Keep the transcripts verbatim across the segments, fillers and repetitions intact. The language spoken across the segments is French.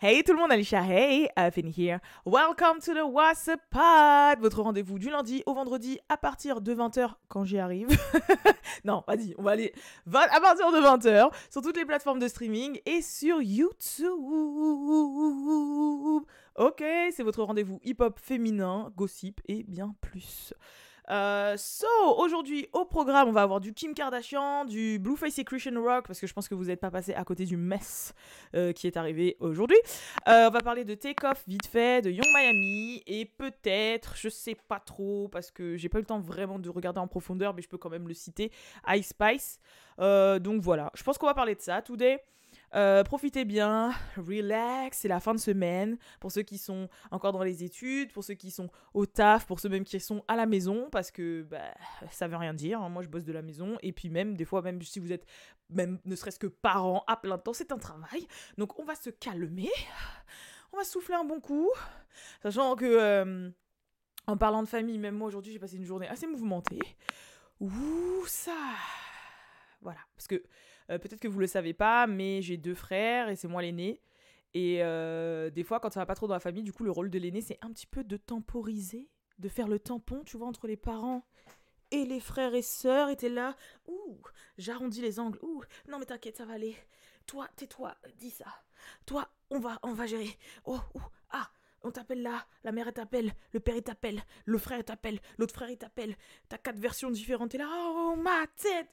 Hey tout le monde, Alicia, hey, Fanny here. Welcome to the What's Up Pod, votre rendez-vous du lundi au vendredi à partir de vingt heures quand j'y arrive. Non, vas-y, on va aller à partir de vingt heures sur toutes les plateformes de streaming et sur YouTube. Ok, c'est votre rendez-vous hip-hop féminin, gossip et bien plus. Euh, so, aujourd'hui au programme, on va avoir du Kim Kardashian, du Blueface et Christian Rock, parce que je pense que vous n'êtes pas passé à côté du mess euh, qui est arrivé aujourd'hui. Euh, on va parler de Take-Off vite fait, de Young Miami, et peut-être, je sais pas trop, parce que j'ai pas eu le temps vraiment de regarder en profondeur, mais je peux quand même le citer, Ice Spice. Euh, donc voilà, je pense qu'on va parler de ça today. Euh, profitez bien, relax, c'est la fin de semaine, pour ceux qui sont encore dans les études, pour ceux qui sont au taf, pour ceux même qui sont à la maison, parce que bah, ça veut rien dire, hein. Moi je bosse de la maison, et puis même, des fois, même si vous êtes, même ne serait-ce que parents à plein temps, c'est un travail, donc on va se calmer, on va souffler un bon coup, sachant que, euh, en parlant de famille, même moi aujourd'hui j'ai passé une journée assez mouvementée, ouh ça... Voilà, parce que euh, peut-être que vous le savez pas, mais j'ai deux frères et c'est moi l'aîné. Et euh, des fois, quand ça va pas trop dans la famille, du coup, le rôle de l'aîné, c'est un petit peu de temporiser, de faire le tampon, tu vois, entre les parents et les frères et sœurs. Et t'es là, ouh, j'arrondis les angles, ouh, non mais t'inquiète, ça va aller. Toi, tais-toi, dis ça. Toi, on va, on va gérer. Oh, ouh, ah. On t'appelle là, la mère elle t'appelle, le père il t'appelle, le frère il t'appelle, l'autre frère il t'appelle. T'as quatre versions différentes. T'es là, oh ma tête.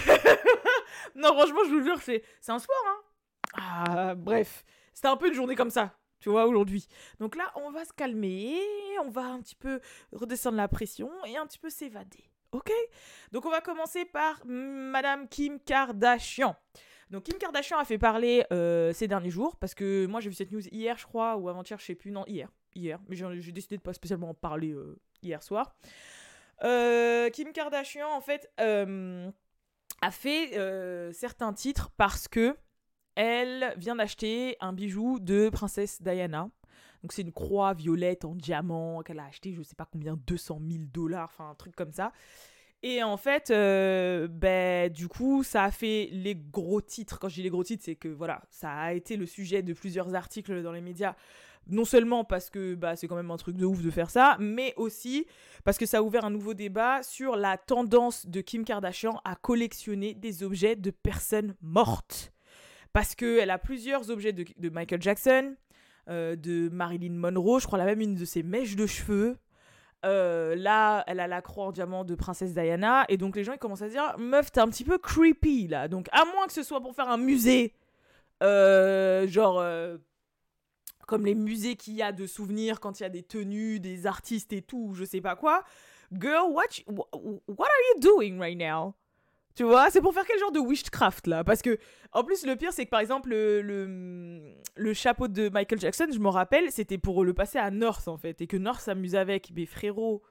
Non, franchement, je vous jure, c'est, c'est un sport, hein. Ah, bref, c'était un peu une journée comme ça, tu vois, aujourd'hui. Donc là, on va se calmer, on va un petit peu redescendre la pression et un petit peu s'évader. Ok ? Donc on va commencer par Madame Kim Kardashian. Donc Kim Kardashian a fait parler euh, ces derniers jours, parce que moi j'ai vu cette news hier je crois, ou avant-hier, je sais plus, non hier, hier, mais j'ai, j'ai décidé de pas spécialement en parler euh, hier soir. Euh, Kim Kardashian en fait euh, a fait euh, certains titres parce que elle vient d'acheter un bijou de princesse Diana. Donc c'est une croix violette en diamant qu'elle a acheté, je sais pas combien, deux cent mille dollars, enfin un truc comme ça. Et en fait, euh, ben, du coup, ça a fait les gros titres. Quand je dis les gros titres, c'est que voilà, ça a été le sujet de plusieurs articles dans les médias. Non seulement parce que bah, c'est quand même un truc de ouf de faire ça, mais aussi parce que ça a ouvert un nouveau débat sur la tendance de Kim Kardashian à collectionner des objets de personnes mortes. Parce qu'elle a plusieurs objets de, de Michael Jackson, euh, de Marilyn Monroe, je crois elle a même une de ses mèches de cheveux. Euh, là, elle a la croix en diamant de princesse Diana, et donc les gens ils commencent à se dire meuf, t'es un petit peu creepy là. Donc à moins que ce soit pour faire un musée, euh, genre euh, comme les musées qu'il y a de souvenirs quand il y a des tenues, des artistes et tout, je sais pas quoi. Girl, what, you, what are you doing right now? Tu vois, c'est pour faire quel genre de witchcraft là? Parce que, en plus, le pire, c'est que par exemple, le, le, le chapeau de Michael Jackson, je me rappelle, c'était pour le passer à North en fait. Et que North s'amuse avec. Mais frérot.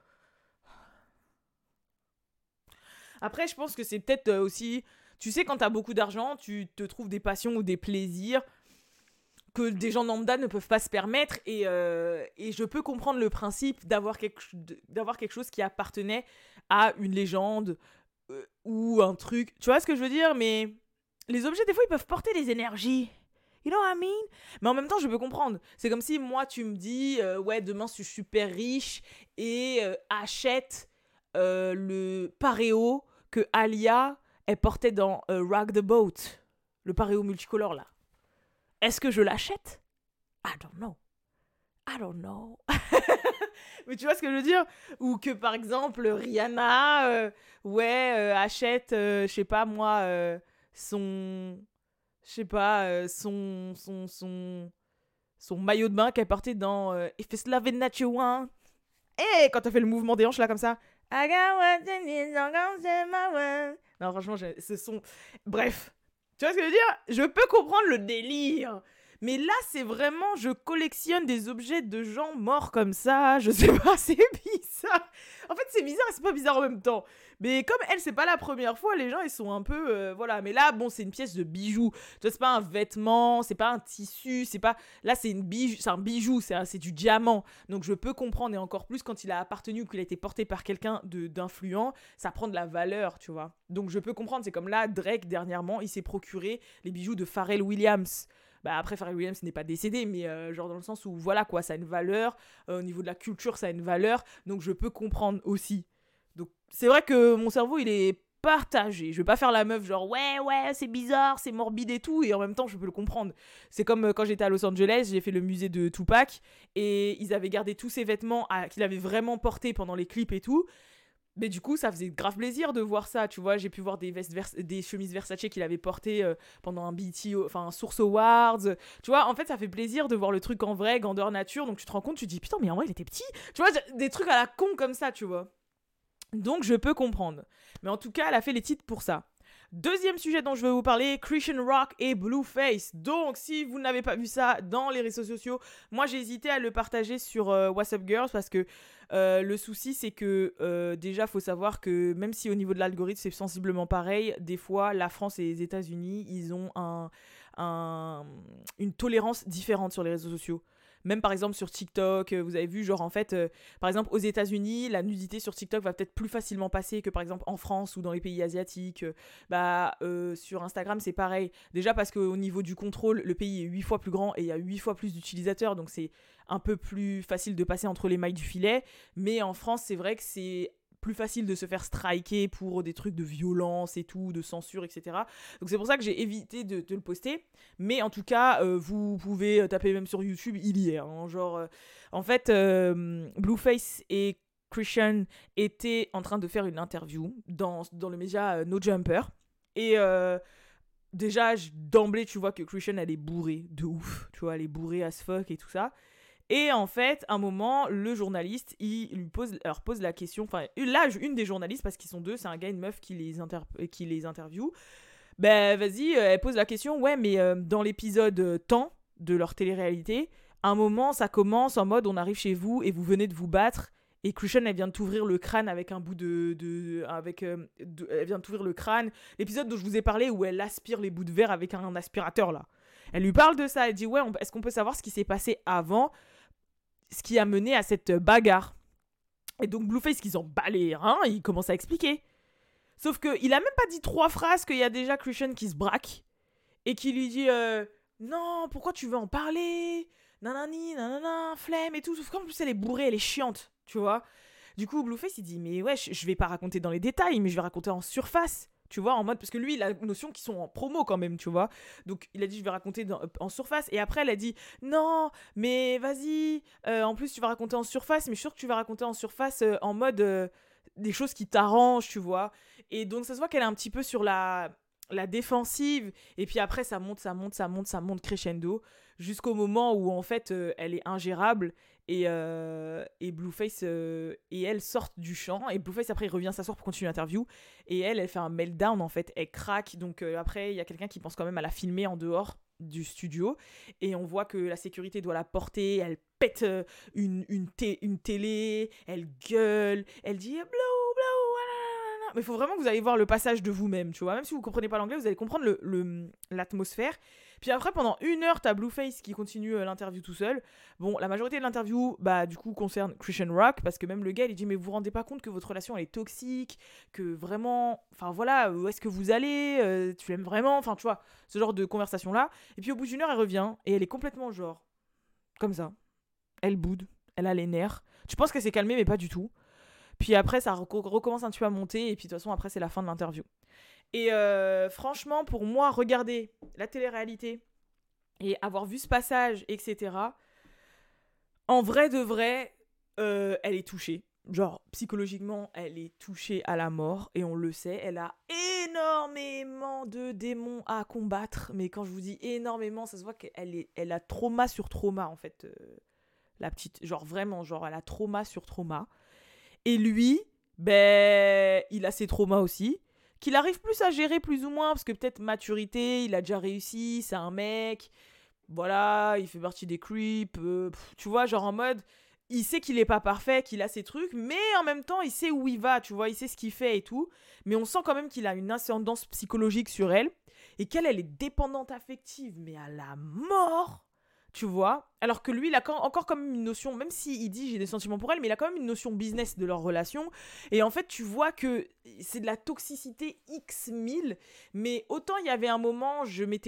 Après, je pense que c'est peut-être euh, aussi. Tu sais, quand t'as beaucoup d'argent, tu te trouves des passions ou des plaisirs que des gens lambda ne peuvent pas se permettre. Et, euh, et je peux comprendre le principe d'avoir quelque, d'avoir quelque chose qui appartenait à une légende. Euh, ou un truc, tu vois ce que je veux dire, mais les objets des fois ils peuvent porter des énergies, you know what I mean, mais en même temps je peux comprendre, c'est comme si moi tu me dis euh, ouais demain je suis super riche et euh, achète euh, le paréo que Alia elle portait dans euh, Rock the Boat, le paréo multicolore là, est-ce que je l'achète? I don't know, I don't know. Mais tu vois ce que je veux dire? Ou que par exemple Rihanna euh, ouais euh, achète euh, je sais pas moi euh, son je sais pas euh, son son son son maillot de bain qu'elle portait dans euh, If It's Loving That You Want. Et quand t'as fait le mouvement des hanches là comme ça, I got what you need, I'm gonna say my word. Non franchement j'ai... ce son, bref, tu vois ce que je veux dire? Je peux comprendre le délire. Mais là, c'est vraiment, je collectionne des objets de gens morts comme ça. Je sais pas, c'est bizarre. En fait, c'est bizarre et c'est pas bizarre en même temps. Mais comme elle, c'est pas la première fois, les gens, ils sont un peu... Euh, voilà. Mais là, bon, c'est une pièce de bijou. Tu vois, c'est pas un vêtement, c'est pas un tissu, c'est pas... Là, c'est, une bijou, c'est un bijou, c'est, un, c'est du diamant. Donc, je peux comprendre, et encore plus quand il a appartenu ou qu'il a été porté par quelqu'un de, d'influent, ça prend de la valeur, tu vois. Donc, je peux comprendre. C'est comme là, Drake, dernièrement, il s'est procuré les bijoux de Pharrell Williams. Bah après, Pharrell Williams n'est pas décédé, mais euh, genre dans le sens où, voilà quoi, ça a une valeur. Euh, au niveau de la culture, ça a une valeur. Donc je peux comprendre aussi. Donc c'est vrai que mon cerveau, il est partagé. Je vais pas faire la meuf genre ouais ouais c'est bizarre, c'est morbide et tout, et en même temps je peux le comprendre. C'est comme euh, quand j'étais à Los Angeles, j'ai fait le musée de Tupac et ils avaient gardé tous ses vêtements à, qu'il avait vraiment portés pendant les clips et tout. Mais du coup, ça faisait grave plaisir de voir ça, tu vois. J'ai pu voir des vestes, vers- des chemises Versace qu'il avait portées euh, pendant un B E T, enfin un Source Awards. Tu vois, en fait, ça fait plaisir de voir le truc en vrai, grandeur nature. Donc tu te rends compte, tu te dis putain, mais en vrai, il était petit. Tu vois, des trucs à la con comme ça, tu vois. Donc je peux comprendre. Mais en tout cas, elle a fait les titres pour ça. Deuxième sujet dont je vais vous parler, Christian Rock et Blueface. Donc, si vous n'avez pas vu ça dans les réseaux sociaux, moi j'ai hésité à le partager sur euh, What's Up Girls parce que euh, le souci c'est que euh, déjà faut savoir que même si au niveau de l'algorithme c'est sensiblement pareil, des fois la France et les États-Unis ils ont un, un, une tolérance différente sur les réseaux sociaux. Même par exemple sur TikTok, euh, vous avez vu, genre en fait, euh, par exemple aux États-Unis, la nudité sur TikTok va peut-être plus facilement passer que par exemple en France ou dans les pays asiatiques. Euh, bah, euh, sur Instagram, c'est pareil. Déjà parce qu'au niveau du contrôle, le pays est huit fois plus grand et il y a huit fois plus d'utilisateurs, donc c'est un peu plus facile de passer entre les mailles du filet. Mais en France, c'est vrai que c'est plus facile de se faire striker pour des trucs de violence et tout, de censure, et cetera. Donc c'est pour ça que j'ai évité de, de le poster. Mais en tout cas, euh, vous pouvez taper même sur YouTube, il y est. Hein, genre, euh, en fait, euh, Blueface et Christian étaient en train de faire une interview dans, dans le média euh, No Jumper. Et euh, déjà, d'emblée, tu vois que Christian, elle est bourrée de ouf. Tu vois, elle est bourrée as fuck et tout ça. Et en fait, à un moment, le journaliste, il lui pose, leur pose la question, enfin, là, une des journalistes, parce qu'ils sont deux, c'est un gars et une meuf qui les, inter- qui les interview, ben vas-y, euh, elle pose la question, ouais, mais euh, dans l'épisode euh, temps de leur télé-réalité, à un moment, ça commence en mode, on arrive chez vous et vous venez de vous battre, et Christian, elle vient de t'ouvrir le crâne avec un bout de... de avec, euh, de- elle vient de t'ouvrir le crâne. L'épisode dont je vous ai parlé, où elle aspire les bouts de verre avec un aspirateur, là. Elle lui parle de ça, elle dit, ouais, on- est-ce qu'on peut savoir ce qui s'est passé avant, ce qui a mené à cette bagarre. Et donc Blueface, qui s'en bat les reins, il commence à expliquer. Sauf qu'il a même pas dit trois phrases qu'il y a déjà Christian qui se braque et qui lui dit euh, non, pourquoi tu veux en parler, nanani, nanana, flemme et tout. Sauf qu'en plus elle est bourrée, elle est chiante, tu vois. Du coup Blueface il dit mais ouais, je vais pas raconter dans les détails, mais je vais raconter en surface. Tu vois, en mode, parce que lui, il a une notion qui sont en promo quand même, tu vois. Donc, il a dit, je vais raconter dans, en surface. Et après, elle a dit, non, mais vas-y, euh, en plus, tu vas raconter en surface, mais je suis sûre que tu vas raconter en surface euh, en mode euh, des choses qui t'arrangent, tu vois. Et donc, ça se voit qu'elle est un petit peu sur la, la défensive. Et puis après, ça monte, ça monte, ça monte, ça monte crescendo. Jusqu'au moment où, en fait, euh, elle est ingérable. Et, euh, et Blueface euh, et elle sortent du champ. Et Blueface, après, il revient s'asseoir pour continuer l'interview. Et elle, elle fait un meltdown, en fait. Elle craque. Donc euh, après, il y a quelqu'un qui pense quand même à la filmer en dehors du studio. Et on voit que la sécurité doit la porter. Elle pète euh, une, une, té- une télé. Elle gueule. Elle dit « Blow, blow, ah, mais il faut vraiment que vous allez voir le passage de vous-même, tu vois. Même si vous comprenez pas l'anglais, vous allez comprendre le, le, l'atmosphère. Puis après, pendant une heure, t'as Blueface qui continue euh, l'interview tout seul. Bon, la majorité de l'interview, bah, du coup, concerne Christian Rock, parce que même le gars, il dit, mais vous vous rendez pas compte que votre relation, elle est toxique, que vraiment, enfin voilà, où est-ce que vous allez, euh, tu l'aimes vraiment, enfin, tu vois, ce genre de conversation-là. Et puis au bout d'une heure, elle revient, et elle est complètement genre, comme ça. Elle boude, elle a les nerfs. Tu penses qu'elle s'est calmée, mais pas du tout. Puis après, ça rec- recommence un petit peu à monter, et puis de toute façon, après, c'est la fin de l'interview. Et euh, franchement, pour moi, regarder la télé-réalité et avoir vu ce passage, et cetera, en vrai de vrai, euh, elle est touchée. Genre, psychologiquement, elle est touchée à la mort, et on le sait, elle a énormément de démons à combattre, mais quand je vous dis énormément, ça se voit qu'elle est, elle a trauma sur trauma, en fait, euh, la petite, genre vraiment, genre, elle a trauma sur trauma. Et lui, ben, il a ses traumas aussi, qu'il arrive plus à gérer plus ou moins, parce que peut-être maturité, il a déjà réussi, c'est un mec, voilà, il fait partie des creeps, euh, pff, tu vois, genre en mode, il sait qu'il est pas parfait, qu'il a ses trucs, mais en même temps, il sait où il va, tu vois, il sait ce qu'il fait et tout, mais on sent quand même qu'il a une ascendance psychologique sur elle, et qu'elle, elle est dépendante affective, mais à la mort, tu vois, alors que lui, il a quand- encore quand même une notion, même s'il dit j'ai des sentiments pour elle, mais il a quand même une notion business de leur relation. Et en fait, tu vois que c'est de la toxicité X mille, mais autant il y avait un moment, je m'étais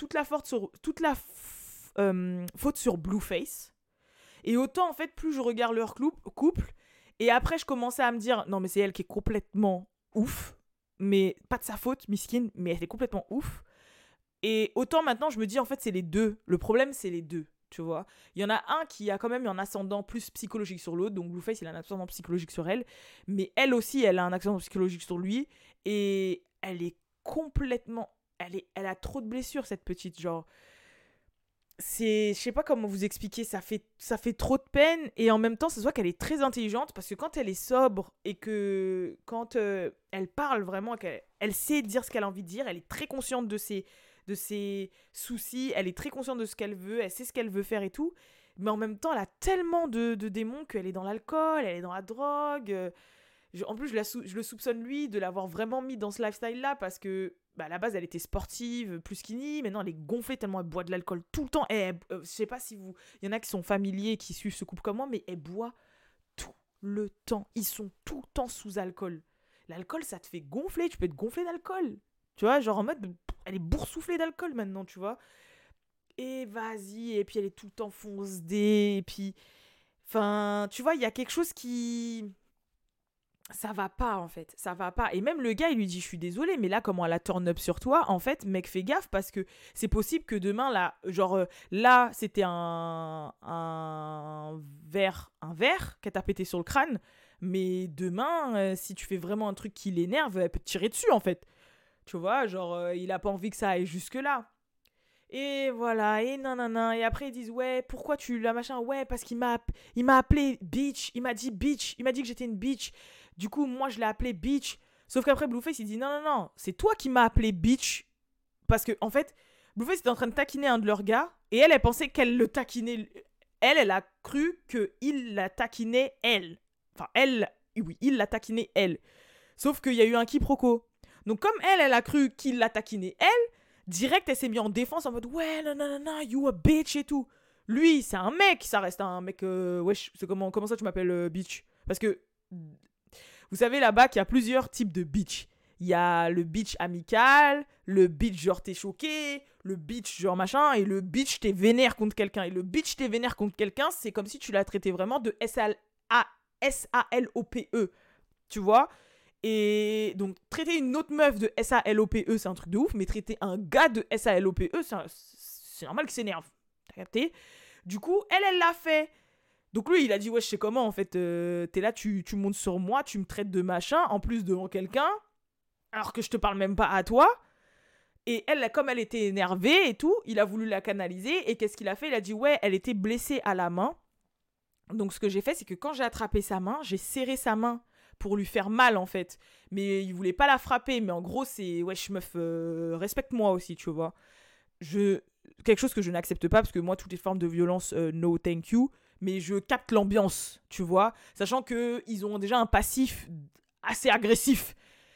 toute la faute sur, toute la f- euh, faute sur Blueface. Et autant, en fait, plus je regarde leur clou- couple, et après, je commençais à me dire, non, mais c'est elle qui est complètement ouf, mais pas de sa faute, Miskin, mais elle est complètement ouf. Et autant maintenant, je me dis, en fait, c'est les deux. Le problème, c'est les deux, tu vois. Il y en a un qui a quand même un ascendant plus psychologique sur l'autre, donc Blueface, il a un ascendant psychologique sur elle, mais elle aussi, elle a un ascendant psychologique sur lui, et elle est complètement... Elle, est, elle a trop de blessures, cette petite, genre... C'est, je sais pas comment vous expliquer, ça fait, ça fait trop de peine, et en même temps, ça se voit qu'elle est très intelligente, parce que quand elle est sobre, et que quand euh, elle parle vraiment, qu'elle elle sait dire ce qu'elle a envie de dire, elle est très consciente de ses, de ses soucis, elle est très consciente de ce qu'elle veut, elle sait ce qu'elle veut faire et tout, mais en même temps, elle a tellement de, de démons qu'elle est dans l'alcool, elle est dans la drogue, euh, je- en plus, je, la sou- je le soupçonne, lui, de l'avoir vraiment mis dans ce lifestyle-là, parce que bah, à la base, elle était sportive, plus skinny. Maintenant, elle est gonflée tellement elle boit de l'alcool tout le temps. Et elle- euh, je sais pas si vous... Il y en a qui sont familiers, qui suivent ce couple comme moi, mais elle boit tout le temps. Ils sont tout le temps sous alcool. L'alcool, ça te fait gonfler. Tu peux être gonflé d'alcool. Tu vois, genre en mode... Elle est boursouflée d'alcool maintenant, tu vois. Et vas-y. Et puis, elle est tout le temps fonce-dé. Et puis... Enfin, tu vois, il y a quelque chose qui... Ça va pas, en fait. Ça va pas. Et même le gars, il lui dit, je suis désolé, mais là, comment elle a turn up sur toi, en fait, mec, fais gaffe, parce que c'est possible que demain, là, genre, euh, là, c'était un, un verre, un verre qu'elle t'a pété sur le crâne, mais demain, euh, si tu fais vraiment un truc qui l'énerve, elle peut te tirer dessus, en fait. Tu vois, genre, euh, il a pas envie que ça aille jusque-là. Et voilà, et nanana. Et après, ils disent, ouais, pourquoi tu l'as machin? Ouais, parce qu'il m'a, il m'a appelé bitch. Il m'a dit bitch. Il m'a dit que j'étais une bitch. Du coup, moi, je l'ai appelé bitch. Sauf qu'après, Blueface, il dit, non, non, non, c'est toi qui m'as appelé bitch. Parce que, en fait, Blueface était en train de taquiner un de leurs gars. Et elle, elle pensait qu'elle le taquinait. Elle, elle a cru qu'il la taquinait elle. Enfin, elle, oui, il la taquinait elle. Sauf qu'il y a eu un quiproquo. Donc, comme elle, elle a cru qu'il la taquinait elle, direct, elle s'est mise en défense en mode ouais, non, non, non, non, you a bitch et tout. Lui, c'est un mec, ça reste un mec. Euh, wesh, c'est comment, comment ça tu m'appelles euh, bitch? Parce que vous savez là-bas qu'il y a plusieurs types de bitch. Il y a le bitch amical, le bitch genre t'es choqué, le bitch genre machin, et le bitch t'es vénère contre quelqu'un. Et le bitch t'es vénère contre quelqu'un, c'est comme si tu l'as traité vraiment de S A L O P E. Tu vois? Et donc, traiter une autre meuf de S A L O P E, c'est un truc de ouf, mais traiter un gars de S A L O P E, c'est, un... c'est normal qu'il s'énerve. T'as capté? Du coup, elle, elle l'a fait. Donc lui, il a dit, ouais, je sais comment, en fait, euh, t'es là, tu, tu montes sur moi, tu me traites de machin, en plus devant quelqu'un, alors que je te parle même pas à toi. Et elle, comme elle était énervée et tout, il a voulu la canaliser, et qu'est-ce qu'il a fait? Il a dit, ouais, elle était blessée à la main. Donc ce que j'ai fait, c'est que quand j'ai attrapé sa main, j'ai serré sa main pour lui faire mal, en fait. Mais il voulait pas la frapper, mais en gros, c'est, wesh, meuf, euh, respecte-moi aussi, tu vois. Je... Quelque chose que je n'accepte pas, parce que moi, toutes les formes de violence, euh, no thank you, mais je capte l'ambiance, tu vois, sachant qu'ils ont déjà un passif assez agressif.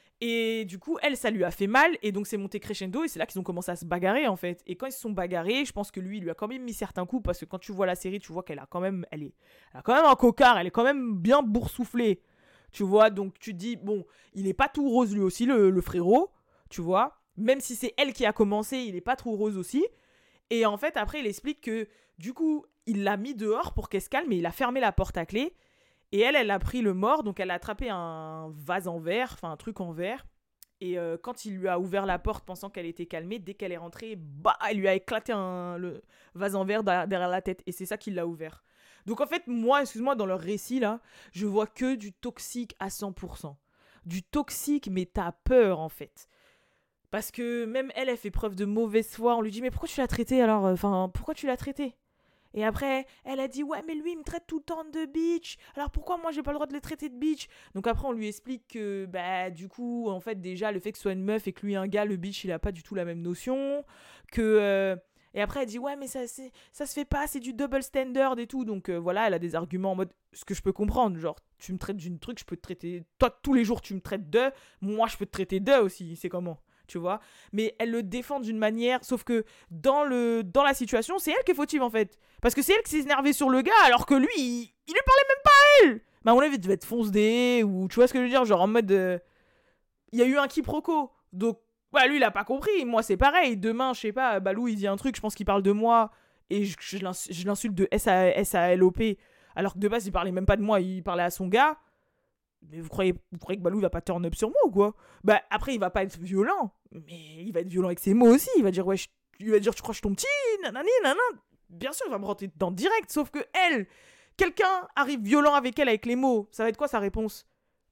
Et du coup, elle, ça lui a fait mal, et donc c'est monté crescendo, et c'est là qu'ils ont commencé à se bagarrer, en fait. Et quand ils se sont bagarrés, je pense que lui, il lui a quand même mis certains coups, parce que quand tu vois la série, tu vois qu'elle a quand même, elle est, elle a quand même un cocard, elle est quand même bien boursouflée, tu vois. Donc tu te dis, bon, il est pas tout rose lui aussi, le, le frérot, tu vois. Même si c'est elle qui a commencé, il est pas trop rose aussi. Et en fait, après, il explique que, du coup, il l'a mis dehors pour qu'elle se calme, et il a fermé la porte à clé. Et elle, elle a pris le mort, donc elle a attrapé un vase en verre, enfin un truc en verre. Et euh, quand il lui a ouvert la porte pensant qu'elle était calmée, dès qu'elle est rentrée, bah, elle lui a éclaté un, le vase en verre derrière la tête. Et c'est ça qui l'a ouvert. Donc en fait, moi, excuse-moi, dans leur récit, là, je vois que du toxique à cent pour cent. Du toxique, mais t'as peur, en fait. Parce que même elle, elle fait preuve de mauvaise foi. On lui dit, mais pourquoi tu l'as traité alors? Enfin, pourquoi tu l'as traité? Et après, elle a dit, ouais, mais lui, il me traite tout le temps de bitch. Alors pourquoi moi, j'ai pas le droit de le traiter de bitch? Donc après, on lui explique que, bah, du coup, en fait, déjà, le fait que ce soit une meuf et que lui, un gars, le bitch, il a pas du tout la même notion. Que. Euh... Et après, elle dit, ouais, mais ça, c'est... ça se fait pas, c'est du double standard et tout. Donc euh, voilà, elle a des arguments en mode, ce que je peux comprendre. Genre, tu me traites d'une truc, je peux te traiter. Toi, tous les jours, tu me traites de. Moi, je peux te traiter de aussi. C'est comment? Tu vois, mais elle le défend d'une manière, sauf que dans, le, dans la situation, c'est elle qui est fautive en fait, parce que c'est elle qui s'est énervée sur le gars, alors que lui, il, il lui parlait même pas à elle. Mais à mon avis, il devait être fonce-dé, ou tu vois ce que je veux dire, genre en mode, il euh, y a eu un quiproquo, donc Ouais, lui, il a pas compris. Moi, c'est pareil. Demain, je sais pas, Balou, il dit un truc, je pense qu'il parle de moi, et je, je l'ins- je l'insulte de S A S A L O P, alors que de base, il parlait même pas de moi, il parlait à son gars. Mais vous croyez, vous croyez que Balou, il va pas turn up sur moi ou quoi? Bah, après, il va pas être violent, mais il va être violent avec ses mots aussi. Il va dire, ouais, je- il va dire, tu crois que je suis ton petit, nanani, nanana. Bien sûr, il va me rentrer dans le direct, sauf que elle, quelqu'un arrive violent avec elle avec les mots. Ça va être quoi sa réponse?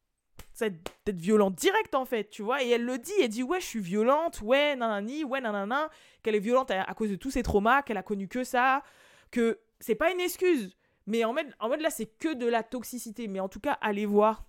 Ça va être d'être violent direct en fait, tu vois. Et elle le dit, elle dit ouais, je suis violente, ouais, nanani, ouais, nanana, qu'elle est violente à, à cause de tous ses traumas, qu'elle a connu que ça, que c'est pas une excuse. Mais en mode, en mode là, c'est que de la toxicité. Mais en tout cas, allez voir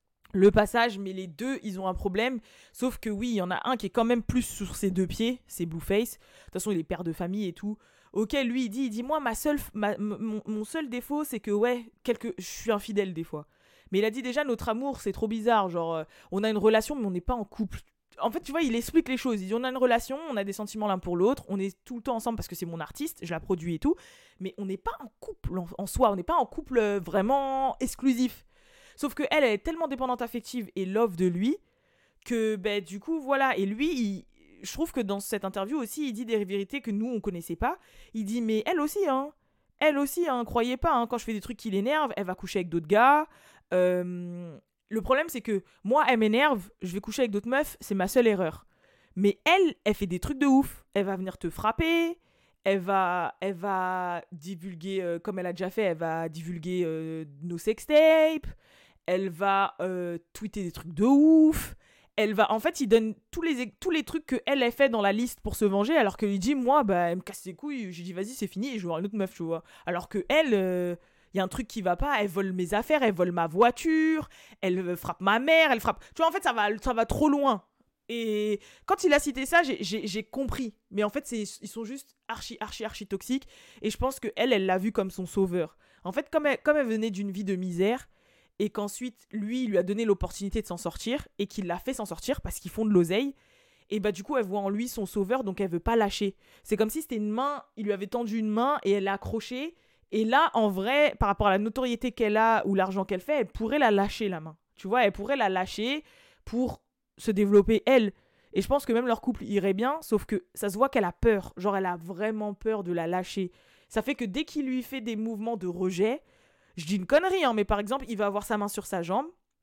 le passage, mais les deux, ils ont un problème. Sauf que oui, il y en a un qui est quand même plus sur ses deux pieds, c'est Blueface. De toute façon, il est père de famille et tout. Ok, lui, il dit, il dit moi, ma seule, ma- mon, mon seul défaut, c'est que ouais, quelque, je suis infidèle des fois. Mais il a dit déjà, notre amour, c'est trop bizarre. Genre, euh, on a une relation, mais on n'est pas en couple. En fait, tu vois, il explique les choses. Il dit, on a une relation, on a des sentiments l'un pour l'autre, on est tout le temps ensemble parce que c'est mon artiste, je la produis et tout. Mais on n'est pas en couple en, en soi, on n'est pas en couple euh, vraiment exclusif. Sauf que elle, elle est tellement dépendante affective et love de lui que, ben, du coup, voilà. Et lui, il- je trouve que dans cette interview aussi, il dit des vérités que nous, on connaissait pas. Il dit, mais elle aussi, hein. Elle aussi, hein, croyez pas, hein, quand je fais des trucs qui l'énervent, elle va coucher avec d'autres gars. Euh, le problème, c'est que moi, elle m'énerve, je vais coucher avec d'autres meufs, c'est ma seule erreur. Mais elle, elle fait des trucs de ouf. Elle va venir te frapper, elle va, elle va divulguer, euh, comme elle a déjà fait, elle va divulguer euh, nos sextapes, elle va euh, tweeter des trucs de ouf. Elle va, en fait, il donne tous les, tous les trucs que elle a fait dans la liste pour se venger, alors que lui dit, moi, bah, elle me casse les couilles. J'ai dit, vas-y, c'est fini, et je vais voir une autre meuf, tu vois. Alors que elle, euh, il y a un truc qui va pas, elle vole mes affaires, elle vole ma voiture, elle euh, frappe ma mère, elle frappe. Tu vois, en fait, ça va, ça va trop loin. Et quand il a cité ça, j'ai, j'ai, j'ai compris. Mais en fait, c'est, ils sont juste archi, archi, archi toxiques. Et je pense que elle, elle l'a vu comme son sauveur. En fait, comme elle, comme elle venait d'une vie de misère, et qu'ensuite, lui, il lui a donné l'opportunité de s'en sortir, et qu'il l'a fait s'en sortir parce qu'ils font de l'oseille, et bah du coup, elle voit en lui son sauveur, donc elle veut pas lâcher. C'est comme si c'était une main, il lui avait tendu une main, et elle l'a accrochée, et là, en vrai, par rapport à la notoriété qu'elle a, ou l'argent qu'elle fait, elle pourrait la lâcher, la main. Tu vois, elle pourrait la lâcher pour se développer, elle. Et je pense que même leur couple irait bien, sauf que ça se voit qu'elle a peur. Genre, elle a vraiment peur de la lâcher. Ça fait que dès qu'il lui fait des mouvements de rejet, je dis une connerie, hein, mais par exemple, il va avoir sa main sur sa jambe.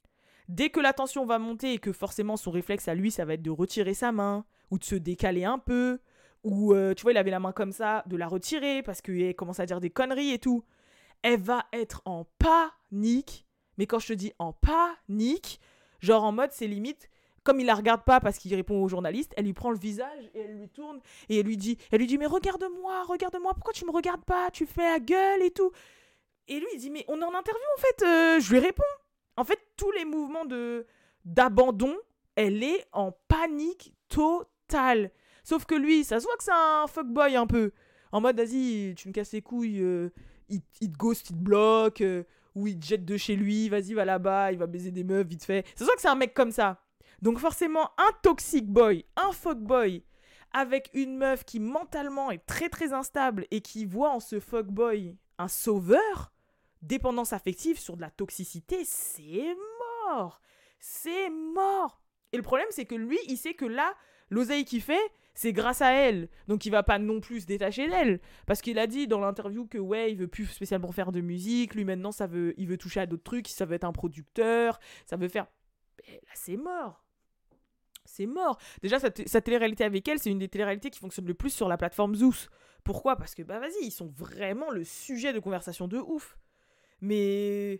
Dès que la tension va monter et que forcément son réflexe à lui, ça va être de retirer sa main, ou de se décaler un peu, ou euh, tu vois, il avait la main comme ça, de la retirer parce qu'il commence à dire des conneries et tout. Elle va être en panique. Mais quand je te dis en panique, genre en mode, c'est limite, comme il la regarde pas parce qu'il répond aux journalistes, elle lui prend le visage et elle lui tourne et elle lui dit, elle lui dit, mais regarde-moi, regarde-moi, pourquoi tu me regardes pas, tu fais la gueule et tout. Et lui, il dit, mais on est en interview en fait, euh, je lui réponds. En fait, tous les mouvements de d'abandon, elle est en panique totale. Sauf que lui, ça se voit que c'est un fuckboy un peu. En mode, vas-y, tu me casses les couilles, euh, il, il te ghost, il te bloque, euh, ou il te jette de chez lui, vas-y, va là-bas, il va baiser des meufs vite fait. Ça se voit que c'est un mec comme ça. Donc forcément, un toxic boy, un fuckboy, avec une meuf qui mentalement est très très instable et qui voit en ce fuckboy un sauveur, dépendance affective sur de la toxicité, c'est mort. C'est mort. Et le problème, c'est que lui, il sait que là, l'oseille qu'il fait, c'est grâce à elle. Donc il va pas non plus se détacher d'elle. Parce qu'il a dit dans l'interview que ouais, il veut plus spécialement faire de musique. Lui maintenant, ça veut, il veut toucher à d'autres trucs. Ça veut être un producteur. Ça veut faire... Mais là, c'est mort. C'est mort. Déjà, sa, t- sa télé-réalité avec elle, c'est une des télé-réalités qui fonctionne le plus sur la plateforme Zeus. Pourquoi? Parce que, bah vas-y, ils sont vraiment le sujet de conversation de ouf. Mais...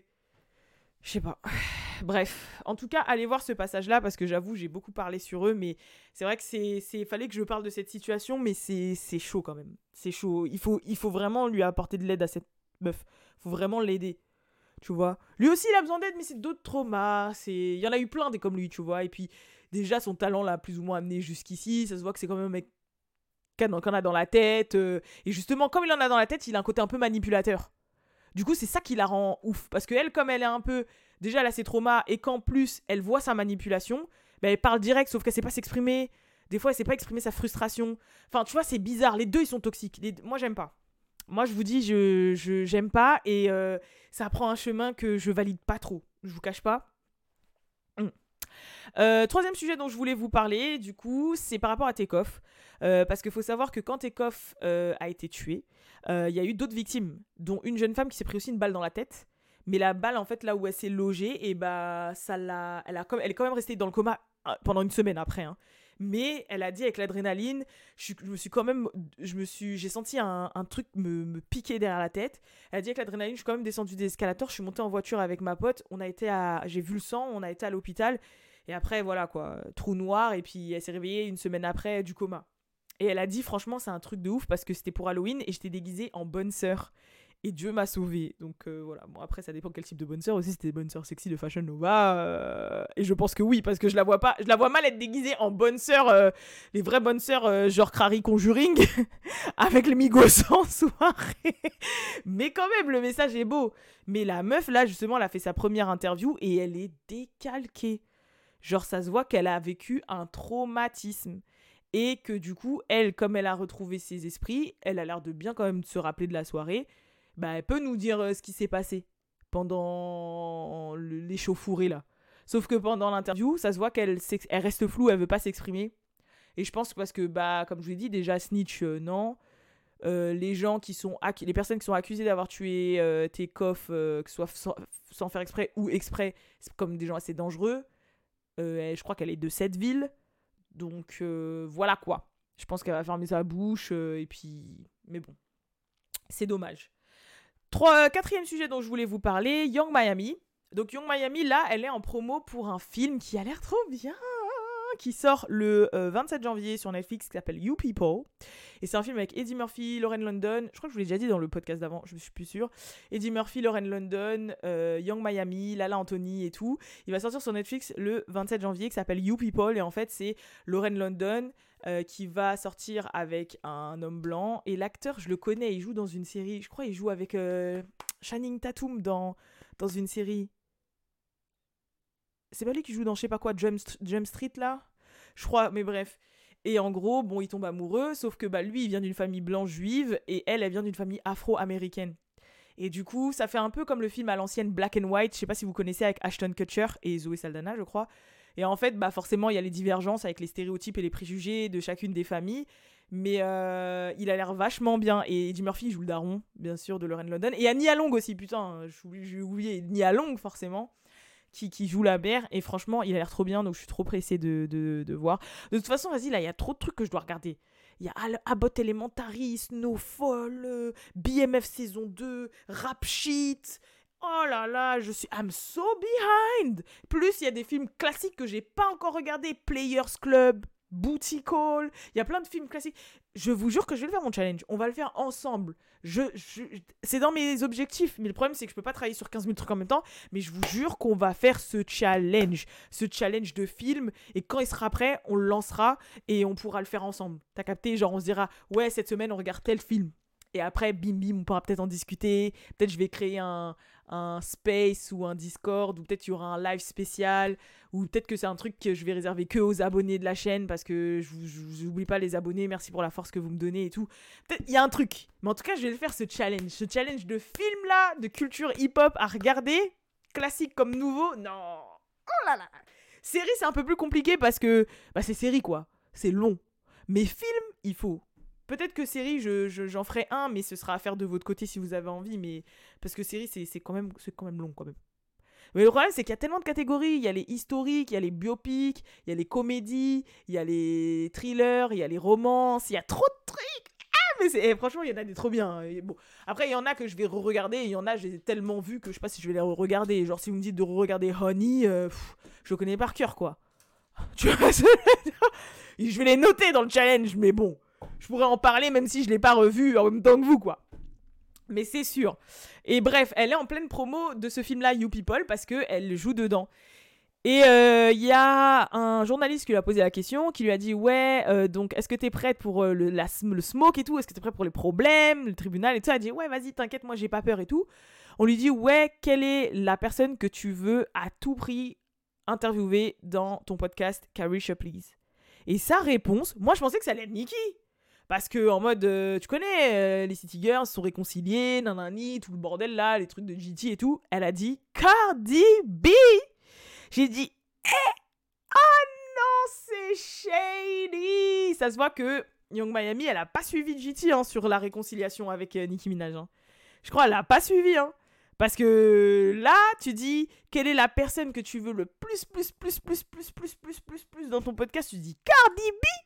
Je sais pas. Bref, en tout cas, allez voir ce passage-là parce que j'avoue, j'ai beaucoup parlé sur eux, mais c'est vrai que c'est, c'est, fallait que je parle de cette situation, mais c'est, c'est chaud quand même. C'est chaud. Il faut, il faut vraiment lui apporter de l'aide à cette meuf. Il faut vraiment l'aider, tu vois. Lui aussi, il a besoin d'aide, mais c'est d'autres traumas. C'est, il y en a eu plein des comme lui, tu vois. Et puis déjà, son talent l'a plus ou moins amené jusqu'ici. Ça se voit que c'est quand même un mec qu'on a dans la tête. Euh, et justement, comme il en a dans la tête, il a un côté un peu manipulateur. Du coup, c'est ça qui la rend ouf. Parce qu'elle, comme elle est un peu... Déjà, elle a ses traumas et qu'en plus, elle voit sa manipulation, ben, elle parle direct, sauf qu'elle sait pas s'exprimer. Des fois, elle sait pas exprimer sa frustration. Enfin, tu vois, c'est bizarre. Les deux, ils sont toxiques. Les... Moi, j'aime pas. Moi, je vous dis, je, je j'aime pas. Et euh, ça prend un chemin que je valide pas trop. Je vous cache pas. Hum. Euh, troisième sujet dont je voulais vous parler, du coup, c'est par rapport à Takeoff. Euh, parce qu'il faut savoir que quand Takeoff euh, a été tué, il euh, y a eu d'autres victimes, dont une jeune femme qui s'est pris aussi une balle dans la tête. Mais la balle, en fait, là où elle s'est logée, et bah, ça l'a, elle, a, elle est quand même restée dans le coma pendant une semaine après. Hein. Mais elle a dit avec l'adrénaline, je, je me suis quand même, je me suis, j'ai senti un, un truc me, me piquer derrière la tête. Elle a dit avec l'adrénaline, je suis quand même descendue des escalators, je suis montée en voiture avec ma pote, on a été à, j'ai vu le sang, on a été à l'hôpital. Et après, voilà quoi, trou noir, et puis elle s'est réveillée une semaine après du coma. Et elle a dit, franchement, c'est un truc de ouf parce que c'était pour Halloween et j'étais déguisée en bonne sœur. Et Dieu m'a sauvée. Donc euh, voilà, bon après ça dépend quel type de bonne sœur aussi, c'était des bonnes sœurs sexy de Fashion Nova. Euh... Et je pense que oui, parce que je la vois pas, je la vois mal être déguisée en bonne sœur, euh, les vraies bonnes sœurs euh, genre Crary Conjuring, avec les Migos en soirée. Mais quand même, le message est beau. Mais la meuf là, justement, elle a fait sa première interview et elle est décalquée. Genre ça se voit qu'elle a vécu un traumatisme. Et que du coup, elle, comme elle a retrouvé ses esprits, elle a l'air de bien quand même se rappeler de la soirée. Bah, elle peut nous dire euh, ce qui s'est passé pendant le, l'échauffourée là. Sauf que pendant l'interview, ça se voit qu'elle elle reste floue, elle veut pas s'exprimer. Et je pense que parce que, bah, comme je vous l'ai dit, déjà snitch, euh, non. Euh, les gens qui sont accu- les personnes qui sont accusées d'avoir tué euh, Takeoff, euh, que ce soit sans, sans faire exprès ou exprès, c'est comme des gens assez dangereux. Euh, elle, je crois qu'elle est de cette ville. Donc euh, voilà quoi. Je pense qu'elle va fermer sa bouche euh, et puis... Mais bon, c'est dommage. Trois, quatrième sujet dont je voulais vous parler, Young Miami. Donc Young Miami, là, elle est en promo pour un film qui a l'air trop bien, qui sort le euh, vingt-sept janvier sur Netflix, qui s'appelle You People. Et c'est un film avec Eddie Murphy, Lauren London, je crois que je vous l'ai déjà dit dans le podcast d'avant, je ne suis plus sûre. Eddie Murphy, Lauren London, euh, Young Miami, Lala Anthony et tout. Il va sortir sur Netflix le vingt-sept janvier, qui s'appelle You People. Et en fait, c'est Lauren London euh, qui va sortir avec un homme blanc. Et l'acteur, je le connais, il joue dans une série, je crois il joue avec euh, Channing Tatum dans, dans une série. C'est pas lui qui joue dans je sais pas quoi, Jump, Jump Street là, je crois, mais bref. Et en gros, bon, il tombe amoureux, sauf que bah, lui, il vient d'une famille blanche juive et elle, elle vient d'une famille afro-américaine. Et du coup, ça fait un peu comme le film à l'ancienne Black and White, je sais pas si vous connaissez, avec Ashton Kutcher et Zoé Saldana, je crois. Et en fait, bah, forcément, il y a les divergences avec les stéréotypes et les préjugés de chacune des familles. Mais euh, il a l'air vachement bien. Et Eddie Murphy joue le daron, bien sûr, de Lauren London. Et il y a Nia Long aussi, putain, j'ai oublié Nia Long, forcément. Qui, qui joue la mère, et franchement il a l'air trop bien, donc je suis trop pressée de, de, de voir. De toute façon, vas-y, là il y a trop de trucs que je dois regarder. Il y a Abbott Elementary, Snowfall, euh, B M F saison deux, Rap Sheet. Oh là là, je suis I'm so behind. Plus il y a des films classiques que j'ai pas encore regardés, Players Club, Booty Call, il y a plein de films classiques. Je vous jure que je vais le faire, mon challenge. On va le faire ensemble. Je, je, c'est dans mes objectifs. Mais le problème, c'est que je peux pas travailler sur quinze mille trucs en même temps. Mais je vous jure qu'on va faire ce challenge. Ce challenge de film. Et quand il sera prêt, on le lancera. Et on pourra le faire ensemble. T'as capté? Genre, on se dira, ouais, cette semaine, on regarde tel film. Et après, bim bim, on pourra peut-être en discuter. Peut-être je vais créer un, un space ou un Discord. Ou peut-être il y aura un live spécial. Ou peut-être que c'est un truc que je vais réserver que aux abonnés de la chaîne. Parce que je n'oublie pas les abonnés. Merci pour la force que vous me donnez et tout. Peut-être il y a un truc. Mais en tout cas, je vais le faire, ce challenge. Ce challenge de film là, de culture hip-hop à regarder. Classique comme nouveau. Non. Oh là là. Série, c'est un peu plus compliqué parce que bah, c'est série quoi. C'est long. Mais film, il faut... Peut-être que série, je, je, j'en ferai un, mais ce sera à faire de votre côté si vous avez envie. Mais parce que série, c'est, c'est, quand même, c'est quand même long, quand même. Mais le problème, c'est qu'il y a tellement de catégories. Il y a les historiques, il y a les biopics, il y a les comédies, il y a les thrillers, il y a les romances. Il y a trop de trucs. Ah, mais c'est, eh, franchement, il y en a des trop bien. Et bon. Après, il y en a que je vais re-regarder. Et il y en a, je les ai tellement vus que je sais pas si je vais les re-regarder. Genre, si vous me dites de re-regarder Honey, euh, pff, je le connais par cœur, quoi. Tu vois, je vais les noter dans le challenge, mais bon. Je pourrais en parler même si je ne l'ai pas revu en même temps que vous, quoi. Mais c'est sûr. Et bref, elle est en pleine promo de ce film-là, You People, parce qu'elle joue dedans. Et il euh, y a un journaliste qui lui a posé la question, qui lui a dit « Ouais, euh, donc est-ce que t'es prête pour euh, le, la, le smoke et tout? Est-ce que t'es prête pour les problèmes, le tribunal et tout ?» Elle a dit « Ouais, vas-y, t'inquiète, moi j'ai pas peur et tout. » On lui dit « Ouais, quelle est la personne que tu veux à tout prix interviewer dans ton podcast Carisha Please ?» Et sa réponse, moi je pensais que ça allait être Nicki. Parce que en mode, euh, tu connais, euh, les City Girls sont réconciliées, nanani, tout le bordel là, les trucs de G T et tout. Elle a dit Cardi B. J'ai dit, eh, oh c'est shady. Ça se voit que Young Miami, elle a pas suivi G T hein, sur la réconciliation avec euh, Nicki Minaj. Hein. Je crois qu'elle a pas suivi. Hein. Parce que là, tu dis, quelle est la personne que tu veux le plus, plus, plus, plus, plus, plus, plus, plus, plus dans ton podcast? Tu dis Cardi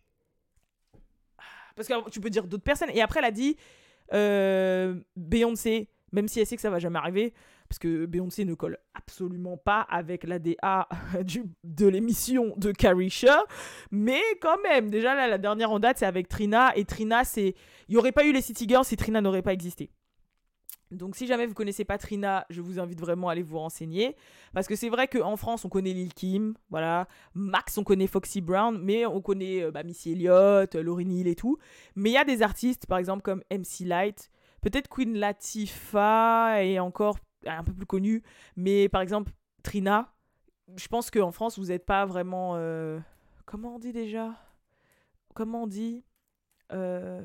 B. Parce que tu peux dire d'autres personnes. Et après, elle a dit euh, Beyoncé, même si elle sait que ça va jamais arriver. Parce que Beyoncé ne colle absolument pas avec l'A D A du, de l'émission de Carisha. Mais quand même, déjà là, la dernière en date, c'est avec Trina. Et Trina, c'est... Il n'y aurait pas eu les City Girls si Trina n'aurait pas existé. Donc si jamais vous connaissez pas Trina, je vous invite vraiment à aller vous renseigner. Parce que c'est vrai qu'en France, on connaît Lil Kim, voilà. Max, on connaît Foxy Brown, mais on connaît euh, bah, Missy Elliott, euh, Lauryn Hill et tout. Mais il y a des artistes, par exemple comme M C Lyte, peut-être Queen Latifah et encore un peu plus connue. Mais par exemple, Trina, je pense qu'en France, vous n'êtes pas vraiment... Euh... Comment on dit déjà ? Comment on dit euh...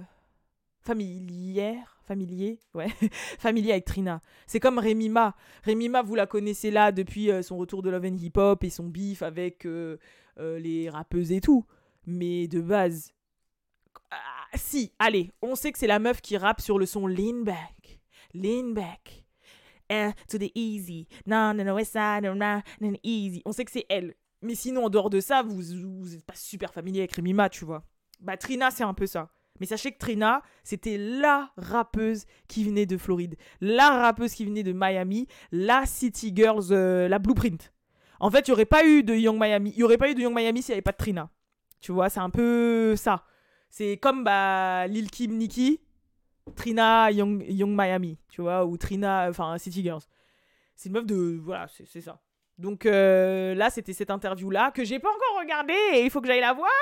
Familière, familier, ouais, familier avec Trina. C'est comme Remy Ma. Remy Ma, vous la connaissez là depuis euh, son retour de Love and Hip Hop et son beef avec euh, euh, les rappeuses et tout. Mais de base, ah, si, allez, on sait que c'est la meuf qui rappe sur le son Lean Back, Lean Back, eh, to the easy, non, non, non, west side, non, non, non, easy. On sait que c'est elle. Mais sinon, en dehors de ça, vous, vous êtes pas super familier avec Remy Ma, tu vois. Bah, Trina, c'est un peu ça. Mais sachez que Trina, c'était la rappeuse qui venait de Floride, la rappeuse qui venait de Miami, la City Girls, euh, la Blueprint. En fait, il n'y aurait pas eu de Young Miami. Il n'y aurait pas eu de Young Miami s'il n'y avait pas de Trina. Tu vois, c'est un peu ça. C'est comme bah, Lil Kim, Nicki, Trina, Young, Young Miami, tu vois, ou Trina, enfin City Girls. C'est une meuf de... Voilà, c'est, c'est ça. Donc euh, là, c'était cette interview-là que j'ai pas encore regardée et il faut que j'aille la voir.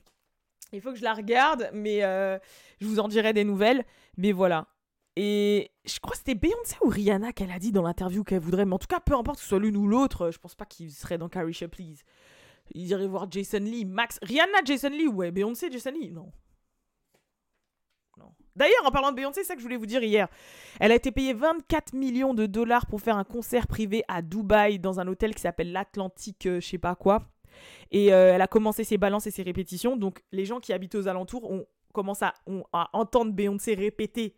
Il faut que je la regarde, mais euh, je vous en dirai des nouvelles. Mais voilà. Et je crois que c'était Beyoncé ou Rihanna qu'elle a dit dans l'interview qu'elle voudrait. Mais en tout cas, peu importe que ce soit l'une ou l'autre, je pense pas qu'il serait dans Carisha Please. Il irait voir Jason Lee, Max. Rihanna, Jason Lee, ouais. Beyoncé, Jason Lee, non. Non. D'ailleurs, en parlant de Beyoncé, c'est ça que je voulais vous dire hier. Elle a été payée vingt-quatre millions de dollars pour faire un concert privé à Dubaï dans un hôtel qui s'appelle l'Atlantique, euh, je sais pas quoi. Et euh, elle a commencé ses balances et ses répétitions. Donc, les gens qui habitent aux alentours ont commencé à, ont, à entendre Beyoncé répéter.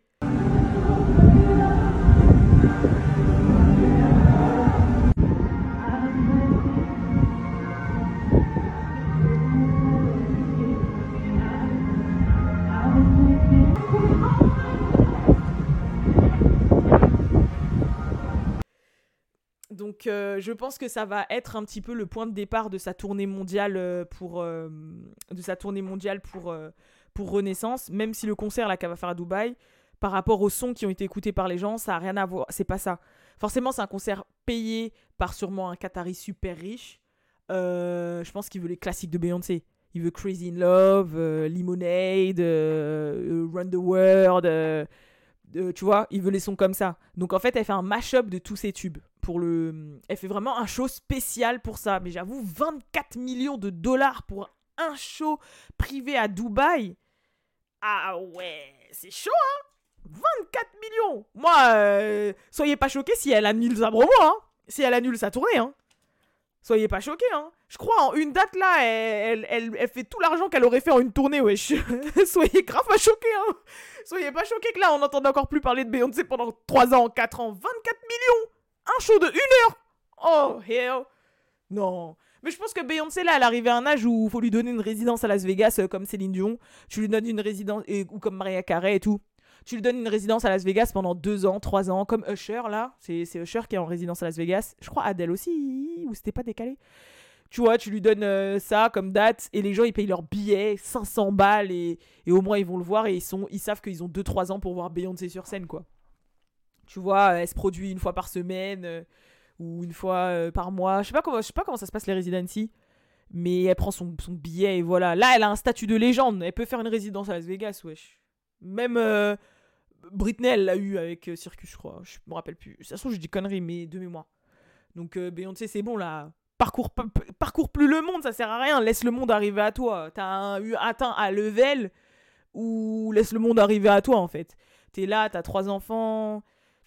Donc, euh, je pense que ça va être un petit peu le point de départ de sa tournée mondiale euh, pour, euh, de sa tournée mondiale pour, euh, pour Renaissance. Même si le concert là, qu'elle va faire à Dubaï, par rapport aux sons qui ont été écoutés par les gens, ça n'a rien à voir. C'est pas ça. Forcément, c'est un concert payé par sûrement un Qatari super riche. Euh, je pense qu'il veut les classiques de Beyoncé. Il veut Crazy in Love, euh, Lemonade, euh, Run the World. Euh, euh, tu vois, il veut les sons comme ça. Donc en fait, elle fait un mash-up de tous ses tubes. Pour le... Elle fait vraiment un show spécial pour ça. Mais j'avoue, vingt-quatre millions de dollars pour un show privé à Dubaï. Ah ouais, c'est chaud, hein. vingt-quatre millions. Moi, euh, soyez pas choqués si elle annule sa promo, hein. Si elle annule sa tournée, hein. Soyez pas choqués, hein. Je crois en une date, là, elle, elle, elle, elle fait tout l'argent qu'elle aurait fait en une tournée, wesh. Soyez grave pas choqués, hein. Soyez pas choqués que là, on n'entend encore plus parler de Beyoncé pendant trois ans, quatre ans. vingt-quatre millions. Un show de une heure. Oh, hell. Non. Mais je pense que Beyoncé, là, elle arrive à un âge où il faut lui donner une résidence à Las Vegas, euh, comme Céline Dion. Tu lui donnes une résidence, et, ou comme Mariah Carey et tout. Tu lui donnes une résidence à Las Vegas pendant deux ans, trois ans, comme Usher, là. C'est, c'est Usher qui est en résidence à Las Vegas. Je crois Adele aussi, ou c'était pas décalé. Tu vois, tu lui donnes euh, ça comme date, et les gens, ils payent leur billet, cinq cents balles, et, et au moins, ils vont le voir, et ils, sont, ils savent qu'ils ont deux trois ans pour voir Beyoncé sur scène, quoi. Tu vois, elle se produit une fois par semaine, euh, ou une fois euh, par mois. Je sais pas comment, je sais pas comment ça se passe les residency, mais elle prend son, son billet et voilà. Là, elle a un statut de légende. Elle peut faire une résidence à Las Vegas, wesh. Même euh, Britney, elle l'a eu avec euh, Circus, je crois. Je me rappelle plus. Ça se trouve, je dis conneries, mais de mémoire. Donc euh, Beyoncé, c'est bon là. Parcours, p- p- parcours plus le monde, ça sert à rien. Laisse le monde arriver à toi. T'as un, eu atteint un level où laisse le monde arriver à toi en fait. T'es là, t'as trois enfants.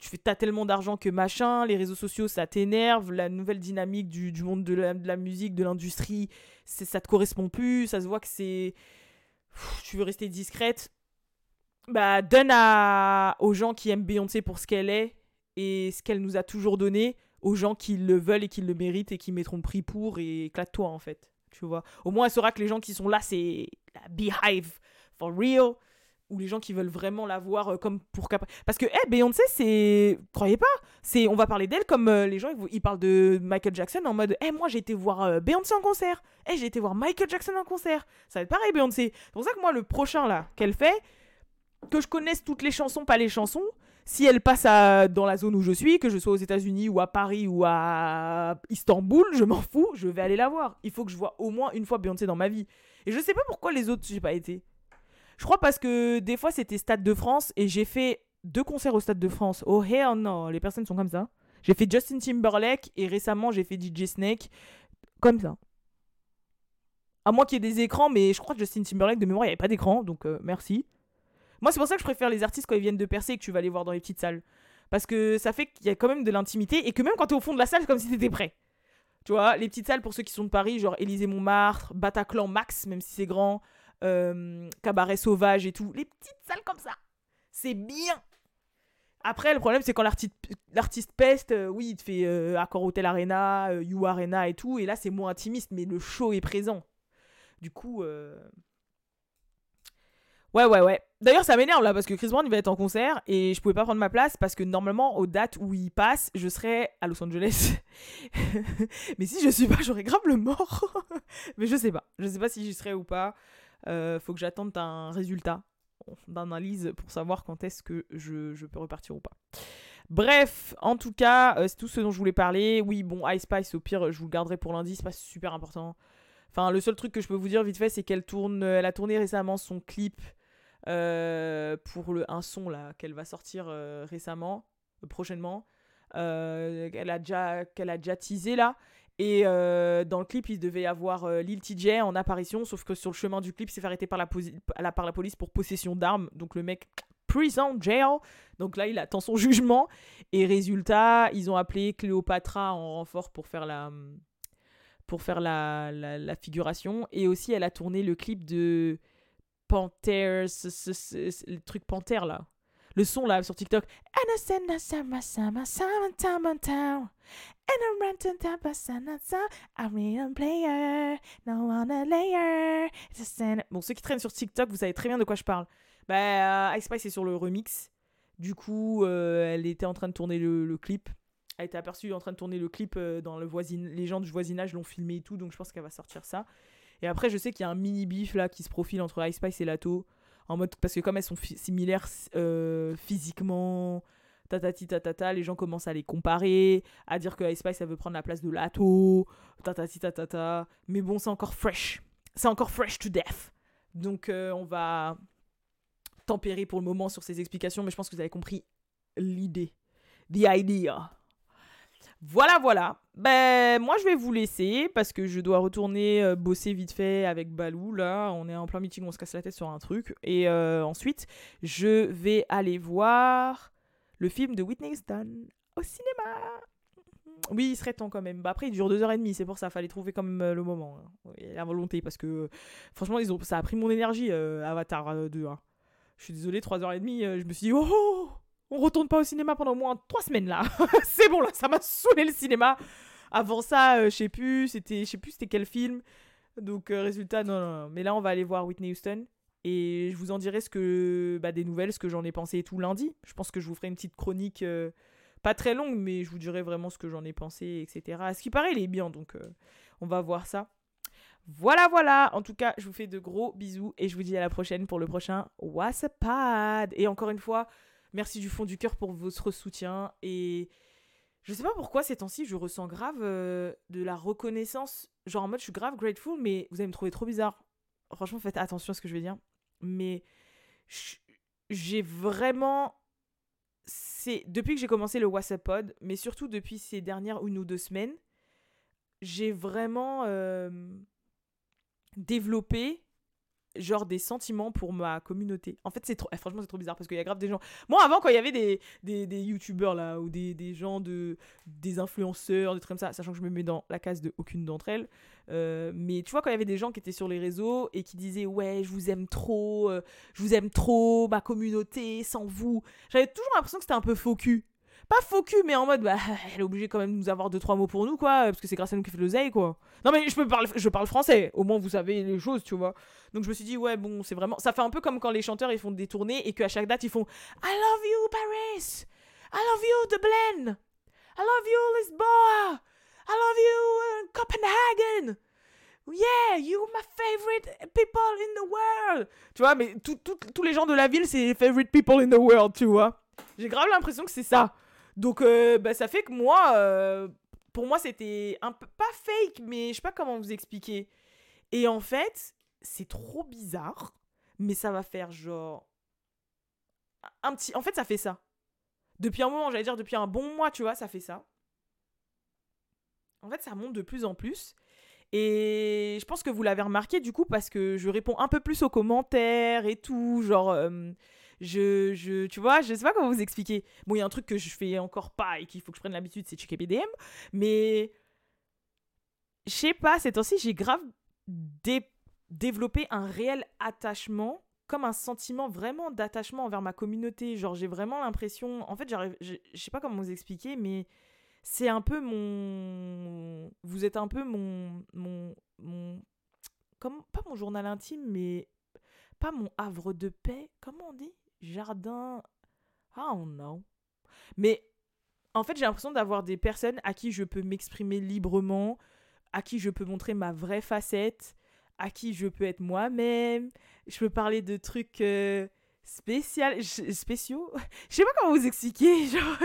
tu fais, t'as tellement d'argent que machin, les réseaux sociaux, ça t'énerve, la nouvelle dynamique du, du monde de la, de la musique, de l'industrie, c'est, ça te correspond plus, ça se voit que c'est... Pff, tu veux rester discrète. Bah, donne à, aux gens qui aiment Beyoncé pour ce qu'elle est et ce qu'elle nous a toujours donné, aux gens qui le veulent et qui le méritent et qui mettront le prix pour, et éclate-toi en fait, tu vois. Au moins elle saura que les gens qui sont là, c'est la Beehive for real, ou les gens qui veulent vraiment la voir euh, comme pour cap- parce que hey, Beyoncé, c'est, croyez pas, c'est, on va parler d'elle comme euh, les gens ils, ils parlent de Michael Jackson en mode hey, moi j'ai été voir euh, Beyoncé en concert, hey, j'ai été voir Michael Jackson en concert, ça va être pareil Beyoncé. C'est pour ça que moi le prochain là qu'elle fait, que je connaisse toutes les chansons, pas les chansons, si elle passe à, dans la zone où je suis, que je sois aux États-Unis ou à Paris ou à Istanbul, je m'en fous, je vais aller la voir. Il faut que je vois au moins une fois Beyoncé dans ma vie. Et je sais pas pourquoi les autres, j'ai pas été. Je crois parce que des fois c'était Stade de France et j'ai fait deux concerts au Stade de France. Oh hell no, les personnes sont comme ça. J'ai fait Justin Timberlake et récemment j'ai fait D J Snake. Comme ça. À moins qu'il y ait des écrans, mais je crois que Justin Timberlake, de mémoire, il n'y avait pas d'écran, donc euh, merci. Moi, c'est pour ça que je préfère les artistes quand ils viennent de percer et que tu vas les voir dans les petites salles. Parce que ça fait qu'il y a quand même de l'intimité et que même quand t'es au fond de la salle, c'est comme si t'étais prêt. Tu vois, les petites salles pour ceux qui sont de Paris, genre Élysée-Montmartre, Bataclan Max, même si c'est grand, euh, Cabaret Sauvage et tout. Les petites salles comme ça, c'est bien. Après, le problème, c'est quand l'artiste, l'artiste peste, euh, oui, il te fait euh, Accor Hotel Arena, euh, You Arena et tout. Et là, c'est moins intimiste, mais le show est présent. Du coup... Euh... Ouais, ouais, ouais. D'ailleurs, ça m'énerve là parce que Chris Brown il va être en concert et je pouvais pas prendre ma place parce que normalement, aux dates où il passe, je serais à Los Angeles. Mais si je suis pas, j'aurais grave le mort. Mais je sais pas. Je sais pas si j'y serai ou pas. Euh, faut que j'attende un résultat d'analyse pour savoir quand est-ce que je, je peux repartir ou pas. Bref, en tout cas, euh, c'est tout ce dont je voulais parler. Oui, bon, Ice Spice, au pire, je vous le garderai pour lundi, c'est pas super important. Enfin, le seul truc que je peux vous dire vite fait, c'est qu'elle tourne, elle a tourné récemment son clip. Euh, pour le, un son là qu'elle va sortir euh, récemment, euh, prochainement, euh, qu'elle a déjà, qu'elle a déjà teasé là. Et euh, dans le clip, il devait y avoir euh, Lil T J en apparition, sauf que sur le chemin du clip, il s'est fait arrêter par la, posi- par la police pour possession d'armes. Donc le mec, prison, jail. Donc là, il attend son jugement. Et résultat, ils ont appelé Cléopatra en renfort pour faire la, pour faire la, la, la figuration. Et aussi, elle a tourné le clip de Panthère, ce, ce, ce, ce, le truc Panthère là. Le son là sur TikTok. Bon, ceux qui traînent sur TikTok, vous savez très bien de quoi je parle. Bah, Ice Spice est sur le remix. Du coup, euh, elle était en train de tourner le, le clip. Elle était aperçue en train de tourner le clip euh, dans le voisin. Les gens du voisinage l'ont filmé et tout, donc je pense qu'elle va sortir ça. Et après, je sais qu'il y a un mini beef là qui se profile entre Ice Spice et Lato. En mode, parce que comme elles sont fi- similaires euh, physiquement, tatati tatata, les gens commencent à les comparer, à dire que Ice Spice elle veut prendre la place de Lato, tatati tatata. Mais bon, c'est encore fresh. C'est encore fresh to death. Donc euh, on va tempérer pour le moment sur ces explications, mais je pense que vous avez compris l'idée. The idea. Voilà, voilà. Ben, moi, je vais vous laisser parce que je dois retourner euh, bosser vite fait avec Balou. Là, on est en plein meeting, on se casse la tête sur un truc. Et euh, ensuite, je vais aller voir le film de Whitney Houston au cinéma. Oui, il serait temps quand même. Bah, après, il dure deux heures et demie, c'est pour ça. Fallait trouver quand même euh, le moment. Hein. Et la volonté, parce que euh, franchement, ils ont... ça a pris mon énergie, euh, Avatar euh, deux. Hein. Je suis désolée, trois heures et demie, euh, je me suis dit, oh, oh on retourne pas au cinéma pendant au moins trois semaines là. C'est bon là, ça m'a saoulé le cinéma. Avant ça, euh, je sais plus, c'était, je sais plus c'était quel film. Donc euh, résultat, non, non, non. Mais là, on va aller voir Whitney Houston et je vous en dirai ce que, bah, des nouvelles, ce que j'en ai pensé tout lundi. Je pense que je vous ferai une petite chronique, euh, pas très longue, mais je vous dirai vraiment ce que j'en ai pensé, et cetera. À ce qui paraît, il est bien, donc euh, on va voir ça. Voilà, voilà. En tout cas, je vous fais de gros bisous et je vous dis à la prochaine pour le prochain What's Up Pod. Et encore une fois, merci du fond du cœur pour votre soutien. Et je sais pas pourquoi ces temps-ci, je ressens grave euh, de la reconnaissance. Genre en mode, je suis grave grateful, mais vous allez me trouver trop bizarre. Franchement, faites attention à ce que je vais dire. Mais j'ai vraiment... C'est... Depuis que j'ai commencé le What's Up Pod, mais surtout depuis ces dernières une ou deux semaines, j'ai vraiment euh, développé genre des sentiments pour ma communauté. En fait, c'est trop, eh, franchement, c'est trop bizarre parce qu'il y a grave des gens. Moi, avant, quand il y avait des, des, des youtubeurs là, ou des, des gens, de, des influenceurs, des trucs comme ça, sachant que je me mets dans la case de aucune d'entre elles, euh, mais tu vois, quand il y avait des gens qui étaient sur les réseaux et qui disaient ouais, je vous aime trop, euh, je vous aime trop, ma communauté, sans vous, j'avais toujours l'impression que c'était un peu faux cul. Pas faux cul, mais en mode, bah, elle est obligée quand même de nous avoir deux, trois mots pour nous, quoi, parce que c'est grâce à nous qu'elle fait l'oseille, quoi. Non, mais je, peux parler, je parle français, au moins vous savez les choses, tu vois. Donc je me suis dit, ouais, bon, c'est vraiment. Ça fait un peu comme quand les chanteurs ils font des tournées et qu'à chaque date ils font I love you, Paris! I love you, Dublin! I love you, Lisboa! I love you, uh, Copenhagen! Yeah, you my favorite people in the world! Tu vois, mais tous les gens de la ville, c'est favorite people in the world, tu vois. J'ai grave l'impression que c'est ça. Donc, euh, bah, ça fait que moi, euh, pour moi, c'était un peu, pas fake, mais je sais pas comment vous expliquer. Et en fait, c'est trop bizarre, mais ça va faire genre, un petit, en fait, ça fait ça. Depuis un moment, j'allais dire depuis un bon mois, tu vois, ça fait ça. En fait, ça monte de plus en plus. Et je pense que vous l'avez remarqué, du coup, parce que je réponds un peu plus aux commentaires et tout, genre... Euh, Je, je, tu vois, je sais pas comment vous expliquer. Bon, il y a un truc que je fais encore pas et qu'il faut que je prenne l'habitude, c'est checker B D M. Mais je sais pas, ces temps-ci, j'ai grave dé- développé un réel attachement, comme un sentiment vraiment d'attachement envers ma communauté. Genre, j'ai vraiment l'impression... En fait, j'arrive, je, je sais pas comment vous expliquer, mais c'est un peu mon... Vous êtes un peu mon... mon, mon... Comme, pas mon journal intime, mais... Pas mon havre de paix. Comment on dit ? Jardin, I don't know. Mais en fait, j'ai l'impression d'avoir des personnes à qui je peux m'exprimer librement, à qui je peux montrer ma vraie facette, à qui je peux être moi-même. Je peux parler de trucs euh, spécial, spéciaux. Je sais pas comment vous expliquer. Genre,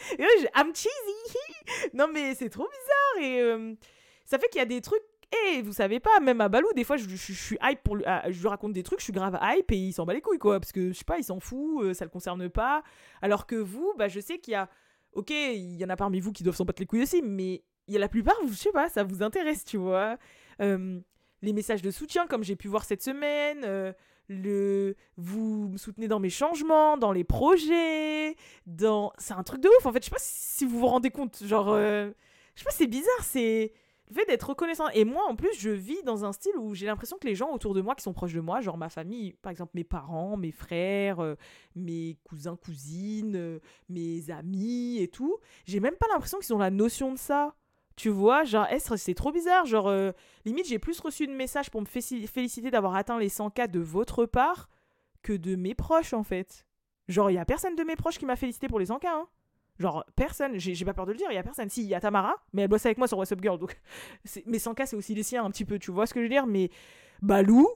I'm cheesy. Non, mais c'est trop bizarre. Et euh, ça fait qu'il y a des trucs. Et vous savez pas, même à Balou, des fois, je, je, je suis hype pour lui, ah, je lui raconte des trucs, je suis grave hype et il s'en bat les couilles, quoi. Parce que, je sais pas, il s'en fout, euh, ça le concerne pas. Alors que vous, bah, je sais qu'il y a... Ok, il y en a parmi vous qui doivent s'en battre les couilles aussi, mais il y a la plupart, je sais pas, ça vous intéresse, tu vois. Euh, les messages de soutien, comme j'ai pu voir cette semaine, euh, le... vous me soutenez dans mes changements, dans les projets, dans... C'est un truc de ouf, en fait, je sais pas si vous vous rendez compte, genre... Euh... Je sais pas, c'est bizarre, c'est... Le fait d'être reconnaissant. Et moi, en plus, je vis dans un style où j'ai l'impression que les gens autour de moi qui sont proches de moi, genre ma famille, par exemple mes parents, mes frères, euh, mes cousins, cousines, euh, mes amis et tout, j'ai même pas l'impression qu'ils ont la notion de ça. Tu vois, genre, eh, c'est trop bizarre. Genre, euh, limite, j'ai plus reçu de messages pour me féliciter d'avoir atteint les cent K de votre part que de mes proches, en fait. Genre, il y a personne de mes proches qui m'a félicité pour les cent K, hein. Genre, personne, j'ai, j'ai pas peur de le dire, il y a personne. Si, il y a Tamara, mais elle bosse avec moi sur What's Up Girl, donc mes cent K, c'est aussi les siens un petit peu, tu vois ce que je veux dire. Mais Balou,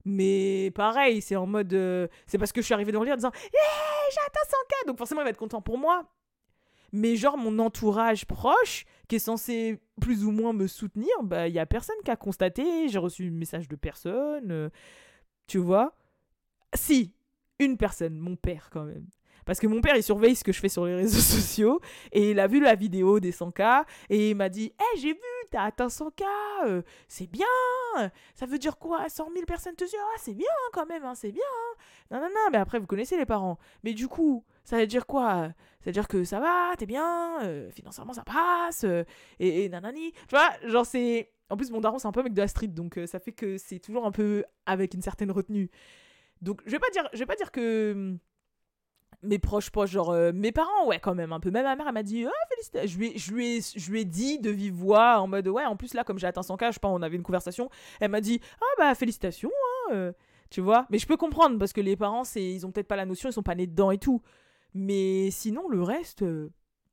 mais pareil, c'est en mode... Euh, c'est parce que je suis arrivée dans le lit en disant « Yeah, j'ai atteint cent K !» Donc forcément, il va être content pour moi. Mais genre, mon entourage proche, qui est censé plus ou moins me soutenir, bah, il y a personne qui a constaté, j'ai reçu un message de personne, euh, tu vois. Si, une personne, mon père quand même. Parce que mon père, il surveille ce que je fais sur les réseaux sociaux. Et il a vu la vidéo des cent K. Et il m'a dit « Hé, hey, j'ai vu, t'as atteint cent K. Euh, c'est bien. Ça veut dire quoi ? cent mille personnes te suivent. Ah, c'est bien quand même, hein, c'est bien. Non, non, non. Mais après, vous connaissez les parents. Mais du coup, ça veut dire quoi ? Ça veut dire que ça va, t'es bien. Euh, financièrement, ça passe. Euh, et, et nanani. Tu vois, genre, c'est... En plus, mon daron, c'est un peu un mec de la street. Donc, euh, ça fait que c'est toujours un peu avec une certaine retenue. Donc, je vais pas dire, je vais pas dire que... Mes proches proches, genre euh, mes parents, ouais, quand même, un peu. Même ma mère, elle m'a dit, ah, félicitations. Je lui, ai, je, lui ai, je lui ai dit de vive voix, en mode, ouais, en plus, là, comme j'ai atteint cent K, je sais pas, on avait une conversation. Elle m'a dit, ah, bah, félicitations, hein, euh, tu vois. Mais je peux comprendre, parce que les parents, c'est, ils ont peut-être pas la notion, ils sont pas nés dedans et tout. Mais sinon, le reste. Euh...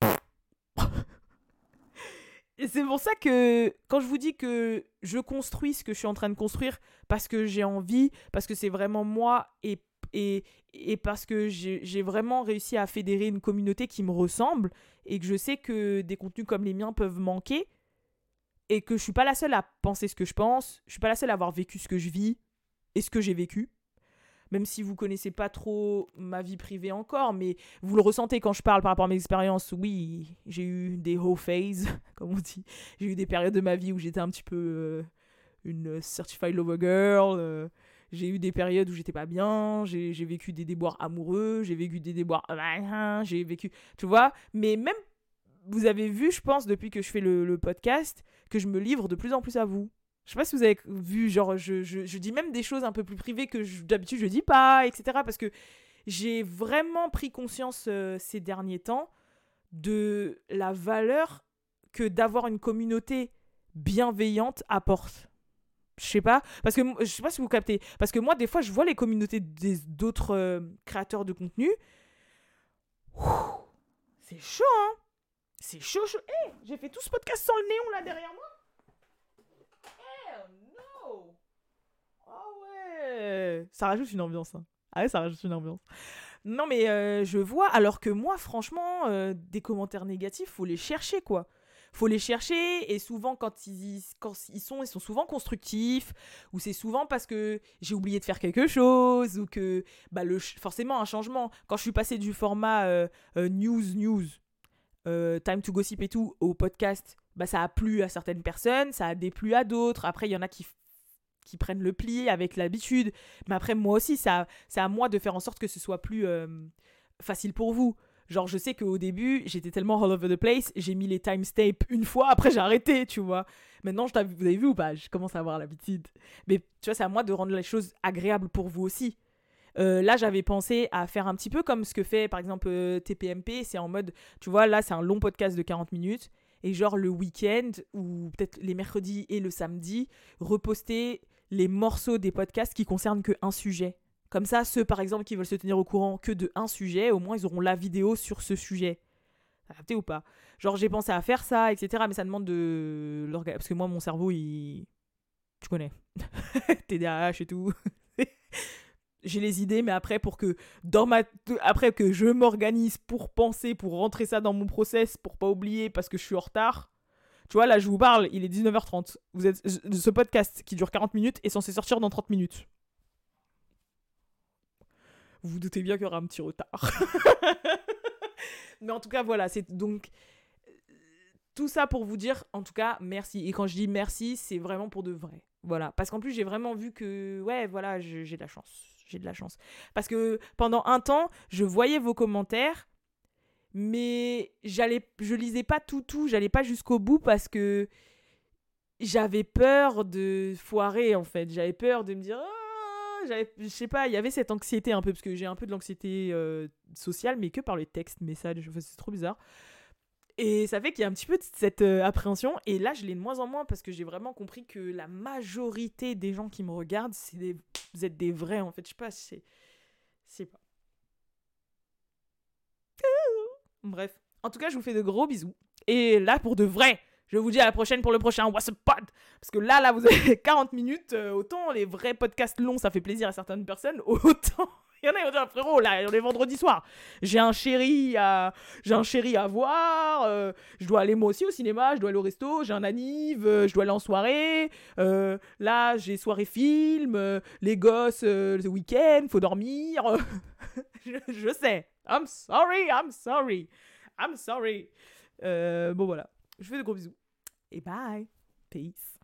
Et c'est pour ça que, quand je vous dis que je construis ce que je suis en train de construire, parce que j'ai envie, parce que c'est vraiment moi et Et, et parce que j'ai, j'ai vraiment réussi à fédérer une communauté qui me ressemble et que je sais que des contenus comme les miens peuvent manquer et que je suis pas la seule à penser ce que je pense, je suis pas la seule à avoir vécu ce que je vis et ce que j'ai vécu. Même si vous connaissez pas trop ma vie privée encore, mais vous le ressentez quand je parle par rapport à mes expériences. Oui, j'ai eu des whole phases, comme on dit. J'ai eu des périodes de ma vie où j'étais un petit peu euh, une certified lover girl, euh, j'ai eu des périodes où j'étais pas bien, j'ai, j'ai vécu des déboires amoureux, j'ai vécu des déboires... J'ai vécu... Tu vois. Mais même, vous avez vu, je pense, depuis que je fais le, le podcast, que je me livre de plus en plus à vous. Je sais pas si vous avez vu, genre, je, je, je dis même des choses un peu plus privées que je, d'habitude je dis pas, et cetera. Parce que j'ai vraiment pris conscience euh, ces derniers temps de la valeur que d'avoir une communauté bienveillante apporte. Je sais pas, parce que je sais pas si vous captez, parce que moi des fois je vois les communautés des, d'autres euh, créateurs de contenu. Ouh, c'est chaud, hein. C'est chaud, chaud. Hé, hey, j'ai fait tout ce podcast sans le néon là derrière moi. Hell no. Ah ouais. Ça rajoute une ambiance. Hein. Ah ouais, ça rajoute une ambiance. Non mais euh, je vois, alors que moi franchement, euh, des commentaires négatifs, faut les chercher quoi. Faut les chercher, et souvent quand ils, quand ils sont, ils sont souvent constructifs, ou c'est souvent parce que j'ai oublié de faire quelque chose, ou que bah, le, forcément un changement. Quand je suis passée du format euh, euh, news, news, euh, time to gossip et tout, au podcast, bah, ça a plu à certaines personnes, ça a déplu à d'autres. Après, il y en a qui, qui prennent le pli avec l'habitude. Mais après, moi aussi, ça, c'est à moi de faire en sorte que ce soit plus euh, facile pour vous. Genre, je sais qu'au début, j'étais tellement all over the place, j'ai mis les timestamps une fois, après j'ai arrêté, tu vois. Maintenant, je vous avez vu ou pas? Je commence à avoir l'habitude. Mais tu vois, c'est à moi de rendre les choses agréables pour vous aussi. Euh, là, j'avais pensé à faire un petit peu comme ce que fait, par exemple, euh, T P M P. C'est en mode, tu vois, là, c'est un long podcast de quarante minutes. Et genre, le week-end, ou peut-être les mercredis et le samedi, reposter les morceaux des podcasts qui concernent qu'un sujet. Comme ça, ceux, par exemple, qui veulent se tenir au courant que de un sujet, au moins, ils auront la vidéo sur ce sujet. T'as capté ou pas? Genre, j'ai pensé à faire ça, et cetera. Mais ça demande de l'organiser. Parce que moi, mon cerveau, il... Tu connais. T D A H et tout. J'ai les idées, mais après, pour que dans ma... après que je m'organise pour penser, pour rentrer ça dans mon process, pour pas oublier parce que je suis en retard. Tu vois, là, je vous parle, il est dix-neuf heures trente. Vous êtes... Ce podcast qui dure quarante minutes est censé sortir dans trente minutes. Vous vous doutez bien qu'il y aura un petit retard. Mais en tout cas, voilà, c'est donc... Tout ça pour vous dire, en tout cas, merci. Et quand je dis merci, c'est vraiment pour de vrai. Voilà. Parce qu'en plus, j'ai vraiment vu que, ouais, voilà, je, j'ai de la chance. J'ai de la chance. Parce que pendant un temps, je voyais vos commentaires, mais j'allais, je lisais pas tout, tout. J'allais pas jusqu'au bout parce que j'avais peur de foirer, en fait. J'avais peur de me dire... Oh, j'avais, je sais pas, il y avait cette anxiété un peu, parce que j'ai un peu de l'anxiété euh, sociale, mais que par le texte, message, enfin, c'est trop bizarre. Et ça fait qu'il y a un petit peu de cette euh, appréhension. Et là, je l'ai de moins en moins parce que j'ai vraiment compris que la majorité des gens qui me regardent, c'est des... vous êtes des vrais, en fait. Je sais pas, c'est... c'est pas... Bref. En tout cas, je vous fais de gros bisous. Et là, pour de vrai, je vous dis à la prochaine pour le prochain What's Up Pod. Parce que là, là, vous avez quarante minutes. Euh, autant les vrais podcasts longs, ça fait plaisir à certaines personnes. Autant... Il y en a qui vont dire, frérot, là, on est vendredi soir. J'ai un chéri à, j'ai un chéri à voir. Euh, je dois aller moi aussi au cinéma. Je dois aller au resto. J'ai un anniv. Euh, je dois aller en soirée. Euh, là, j'ai soirée film. Euh, les gosses, euh, le week-end. Faut dormir. je, je sais. I'm sorry. I'm sorry. I'm sorry. Euh, bon, voilà. Je fais de gros bisous. Et bye. Peace.